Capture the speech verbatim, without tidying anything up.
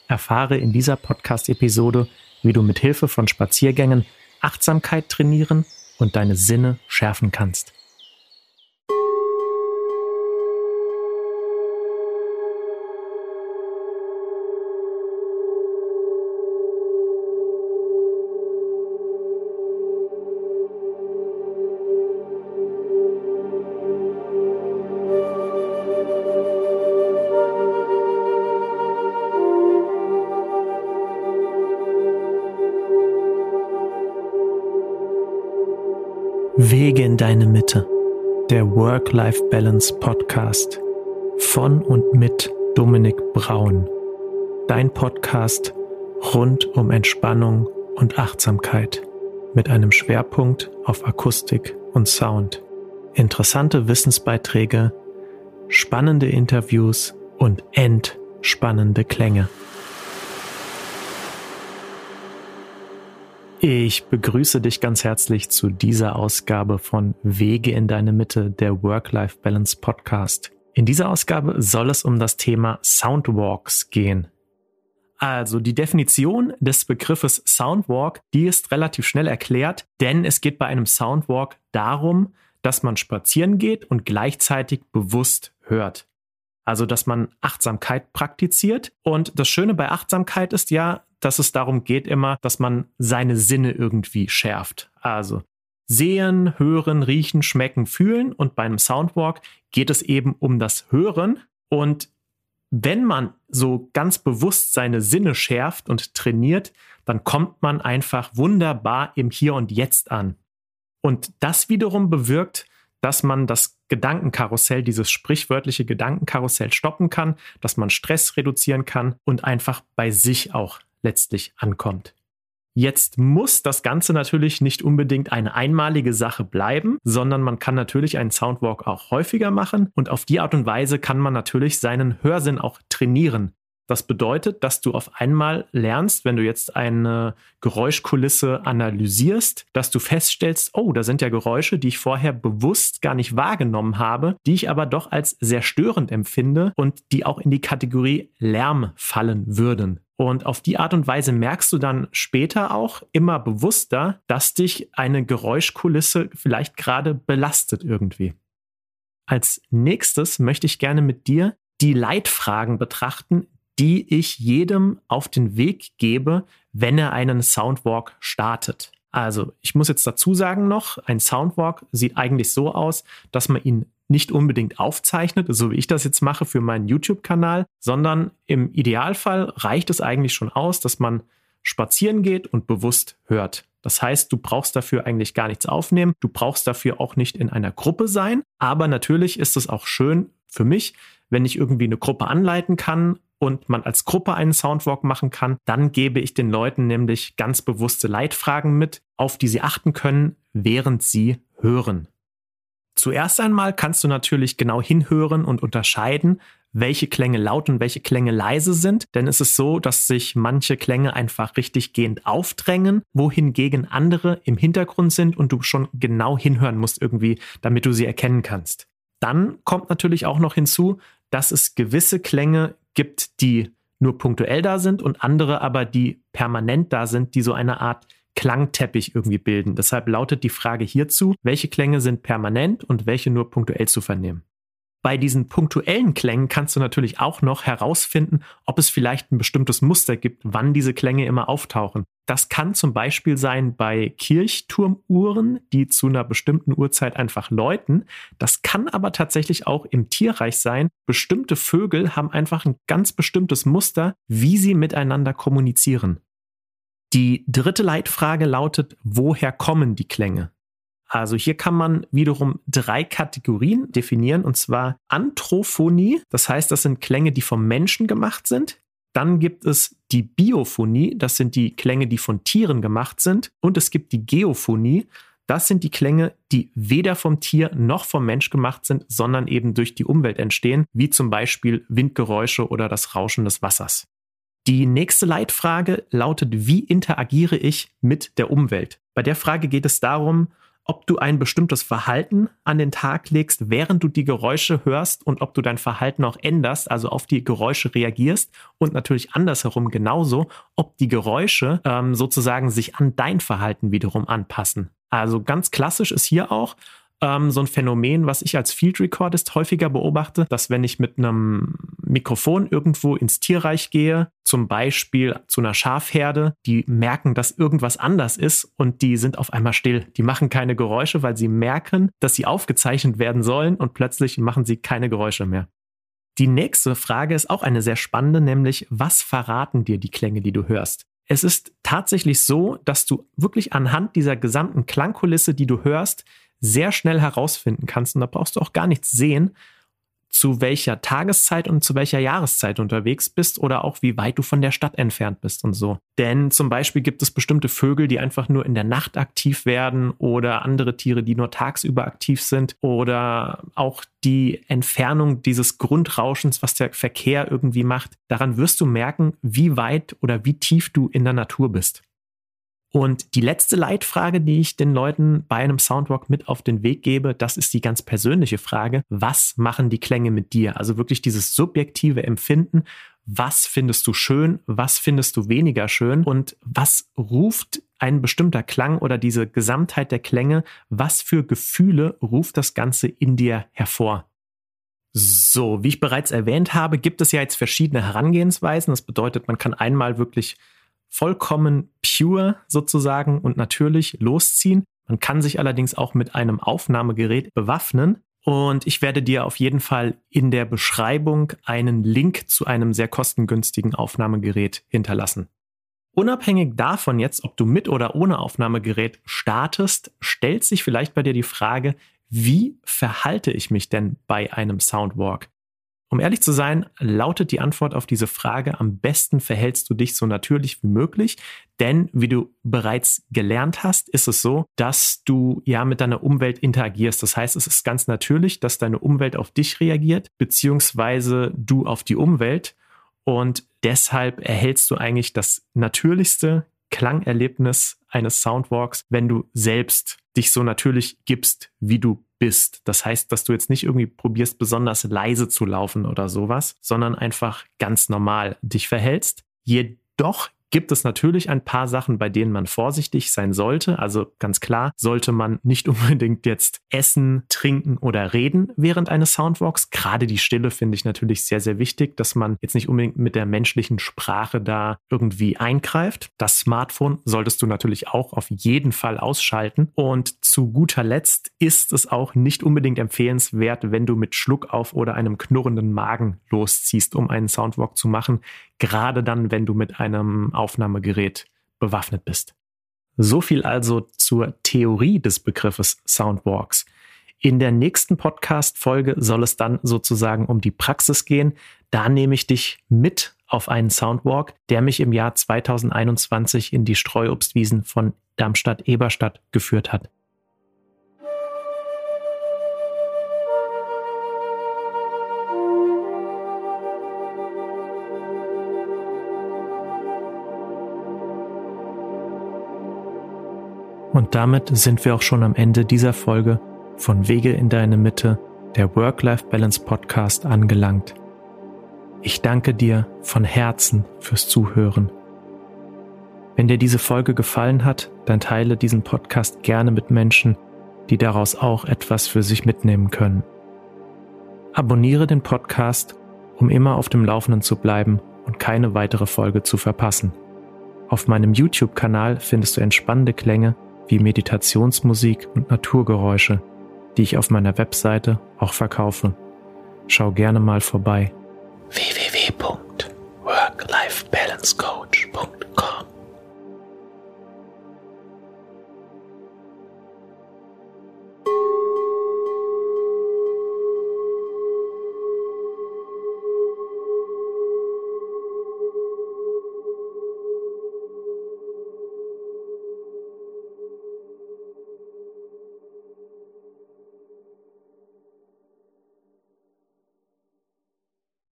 Erfahre in dieser Podcast-Episode, wie du mit Hilfe von Spaziergängen Achtsamkeit trainieren und deine Sinne schärfen kannst. Wege in deine Mitte, der Work-Life-Balance-Podcast von und mit Dominik Braun. Dein Podcast rund um Entspannung und Achtsamkeit mit einem Schwerpunkt auf Akustik und Sound. Interessante Wissensbeiträge, spannende Interviews und entspannende Klänge. Ich begrüße dich ganz herzlich zu dieser Ausgabe von Wege in deine Mitte, der Work-Life-Balance Podcast. In dieser Ausgabe soll es um das Thema Soundwalks gehen. Also die Definition des Begriffes Soundwalk, die ist relativ schnell erklärt, denn es geht bei einem Soundwalk darum, dass man spazieren geht und gleichzeitig bewusst hört. Also dass man Achtsamkeit praktiziert. Und das Schöne bei Achtsamkeit ist ja, dass es darum geht immer, dass man seine Sinne irgendwie schärft. Also sehen, hören, riechen, schmecken, fühlen. Und bei einem Soundwalk geht es eben um das Hören. Und wenn man so ganz bewusst seine Sinne schärft und trainiert, dann kommt man einfach wunderbar im Hier und Jetzt an. Und das wiederum bewirkt, dass man das Gedankenkarussell, dieses sprichwörtliche Gedankenkarussell stoppen kann, dass man Stress reduzieren kann und einfach bei sich auch letztlich ankommt. Jetzt muss das Ganze natürlich nicht unbedingt eine einmalige Sache bleiben, sondern man kann natürlich einen Soundwalk auch häufiger machen und auf die Art und Weise kann man natürlich seinen Hörsinn auch trainieren. Das bedeutet, dass du auf einmal lernst, wenn du jetzt eine Geräuschkulisse analysierst, dass du feststellst, oh, da sind ja Geräusche, die ich vorher bewusst gar nicht wahrgenommen habe, die ich aber doch als sehr störend empfinde und die auch in die Kategorie Lärm fallen würden. Und auf die Art und Weise merkst du dann später auch immer bewusster, dass dich eine Geräuschkulisse vielleicht gerade belastet irgendwie. Als nächstes möchte ich gerne mit dir die Leitfragen betrachten, die ich jedem auf den Weg gebe, wenn er einen Soundwalk startet. Also, ich muss jetzt dazu sagen noch, ein Soundwalk sieht eigentlich so aus, dass man ihn nicht unbedingt aufzeichnet, so wie ich das jetzt mache für meinen YouTube-Kanal, sondern im Idealfall reicht es eigentlich schon aus, dass man spazieren geht und bewusst hört. Das heißt, du brauchst dafür eigentlich gar nichts aufnehmen, du brauchst dafür auch nicht in einer Gruppe sein, aber natürlich ist es auch schön für mich, wenn ich irgendwie eine Gruppe anleiten kann und man als Gruppe einen Soundwalk machen kann, dann gebe ich den Leuten nämlich ganz bewusste Leitfragen mit, auf die sie achten können, während sie hören. Zuerst einmal kannst du natürlich genau hinhören und unterscheiden, welche Klänge laut und welche Klänge leise sind, denn es ist so, dass sich manche Klänge einfach richtig gehend aufdrängen, wohingegen andere im Hintergrund sind und du schon genau hinhören musst irgendwie, damit du sie erkennen kannst. Dann kommt natürlich auch noch hinzu, dass es gewisse Klänge gibt, die nur punktuell da sind und andere aber, die permanent da sind, die so eine Art Klangteppich irgendwie bilden. Deshalb lautet die Frage hierzu, welche Klänge sind permanent und welche nur punktuell zu vernehmen. Bei diesen punktuellen Klängen kannst du natürlich auch noch herausfinden, ob es vielleicht ein bestimmtes Muster gibt, wann diese Klänge immer auftauchen. Das kann zum Beispiel sein bei Kirchturmuhren, die zu einer bestimmten Uhrzeit einfach läuten. Das kann aber tatsächlich auch im Tierreich sein. Bestimmte Vögel haben einfach ein ganz bestimmtes Muster, wie sie miteinander kommunizieren. Die dritte Leitfrage lautet, woher kommen die Klänge? Also hier kann man wiederum drei Kategorien definieren, und zwar Anthrophonie, das heißt, das sind Klänge, die vom Menschen gemacht sind. Dann gibt es die Biophonie, das sind die Klänge, die von Tieren gemacht sind. Und es gibt die Geophonie, das sind die Klänge, die weder vom Tier noch vom Mensch gemacht sind, sondern eben durch die Umwelt entstehen, wie zum Beispiel Windgeräusche oder das Rauschen des Wassers. Die nächste Leitfrage lautet, wie interagiere ich mit der Umwelt? Bei der Frage geht es darum, ob du ein bestimmtes Verhalten an den Tag legst, während du die Geräusche hörst und ob du dein Verhalten auch änderst, also auf die Geräusche reagierst und natürlich andersherum genauso, ob die Geräusche ähm, sozusagen sich an dein Verhalten wiederum anpassen. Also ganz klassisch ist hier auch ähm, so ein Phänomen, was ich als Field Recordist häufiger beobachte, dass wenn ich mit einem Mikrofon irgendwo ins Tierreich gehe, zum Beispiel zu einer Schafherde, die merken, dass irgendwas anders ist und die sind auf einmal still. Die machen keine Geräusche, weil sie merken, dass sie aufgezeichnet werden sollen und plötzlich machen sie keine Geräusche mehr. Die nächste Frage ist auch eine sehr spannende, nämlich was verraten dir die Klänge, die du hörst? Es ist tatsächlich so, dass du wirklich anhand dieser gesamten Klangkulisse, die du hörst, sehr schnell herausfinden kannst, und da brauchst du auch gar nichts sehen, zu welcher Tageszeit und zu welcher Jahreszeit du unterwegs bist oder auch wie weit du von der Stadt entfernt bist und so. Denn zum Beispiel gibt es bestimmte Vögel, die einfach nur in der Nacht aktiv werden oder andere Tiere, die nur tagsüber aktiv sind oder auch die Entfernung dieses Grundrauschens, was der Verkehr irgendwie macht. Daran wirst du merken, wie weit oder wie tief du in der Natur bist. Und die letzte Leitfrage, die ich den Leuten bei einem Soundwalk mit auf den Weg gebe, das ist die ganz persönliche Frage. Was machen die Klänge mit dir? Also wirklich dieses subjektive Empfinden. Was findest du schön? Was findest du weniger schön? Und was ruft ein bestimmter Klang oder diese Gesamtheit der Klänge? Was für Gefühle ruft das Ganze in dir hervor? So, wie ich bereits erwähnt habe, gibt es ja jetzt verschiedene Herangehensweisen. Das bedeutet, man kann einmal wirklich vollkommen pure sozusagen und natürlich losziehen. Man kann sich allerdings auch mit einem Aufnahmegerät bewaffnen. Und ich werde dir auf jeden Fall in der Beschreibung einen Link zu einem sehr kostengünstigen Aufnahmegerät hinterlassen. Unabhängig davon jetzt, ob du mit oder ohne Aufnahmegerät startest, stellt sich vielleicht bei dir die Frage, wie verhalte ich mich denn bei einem Soundwalk? Um ehrlich zu sein, lautet die Antwort auf diese Frage, am besten verhältst du dich so natürlich wie möglich, denn wie du bereits gelernt hast, ist es so, dass du ja mit deiner Umwelt interagierst. Das heißt, es ist ganz natürlich, dass deine Umwelt auf dich reagiert, beziehungsweise du auf die Umwelt, und deshalb erhältst du eigentlich das natürlichste Klangerlebnis eines Soundwalks, wenn du selbst dich so natürlich gibst, wie du bist. Das heißt, dass du jetzt nicht irgendwie probierst, besonders leise zu laufen oder sowas, sondern einfach ganz normal dich verhältst. Jedoch gibt es natürlich ein paar Sachen, bei denen man vorsichtig sein sollte. Also ganz klar, sollte man nicht unbedingt jetzt essen, trinken oder reden während eines Soundwalks. Gerade die Stille finde ich natürlich sehr, sehr wichtig, dass man jetzt nicht unbedingt mit der menschlichen Sprache da irgendwie eingreift. Das Smartphone solltest du natürlich auch auf jeden Fall ausschalten. Und zu guter Letzt ist es auch nicht unbedingt empfehlenswert, wenn du mit Schluckauf oder einem knurrenden Magen losziehst, um einen Soundwalk zu machen. Gerade dann, wenn du mit einem Aufnahmegerät bewaffnet bist. So viel also zur Theorie des Begriffes Soundwalks. In der nächsten Podcast-Folge soll es dann sozusagen um die Praxis gehen. Da nehme ich dich mit auf einen Soundwalk, der mich im Jahr zweitausendeinundzwanzig in die Streuobstwiesen von Darmstadt-Eberstadt geführt hat. Und damit sind wir auch schon am Ende dieser Folge von Wege in deine Mitte, der Work-Life-Balance-Podcast, angelangt. Ich danke dir von Herzen fürs Zuhören. Wenn dir diese Folge gefallen hat, dann teile diesen Podcast gerne mit Menschen, die daraus auch etwas für sich mitnehmen können. Abonniere den Podcast, um immer auf dem Laufenden zu bleiben und keine weitere Folge zu verpassen. Auf meinem YouTube-Kanal findest du entspannende Klänge wie Meditationsmusik und Naturgeräusche, die ich auf meiner Webseite auch verkaufe. Schau gerne mal vorbei. w w w punkt work life balance coach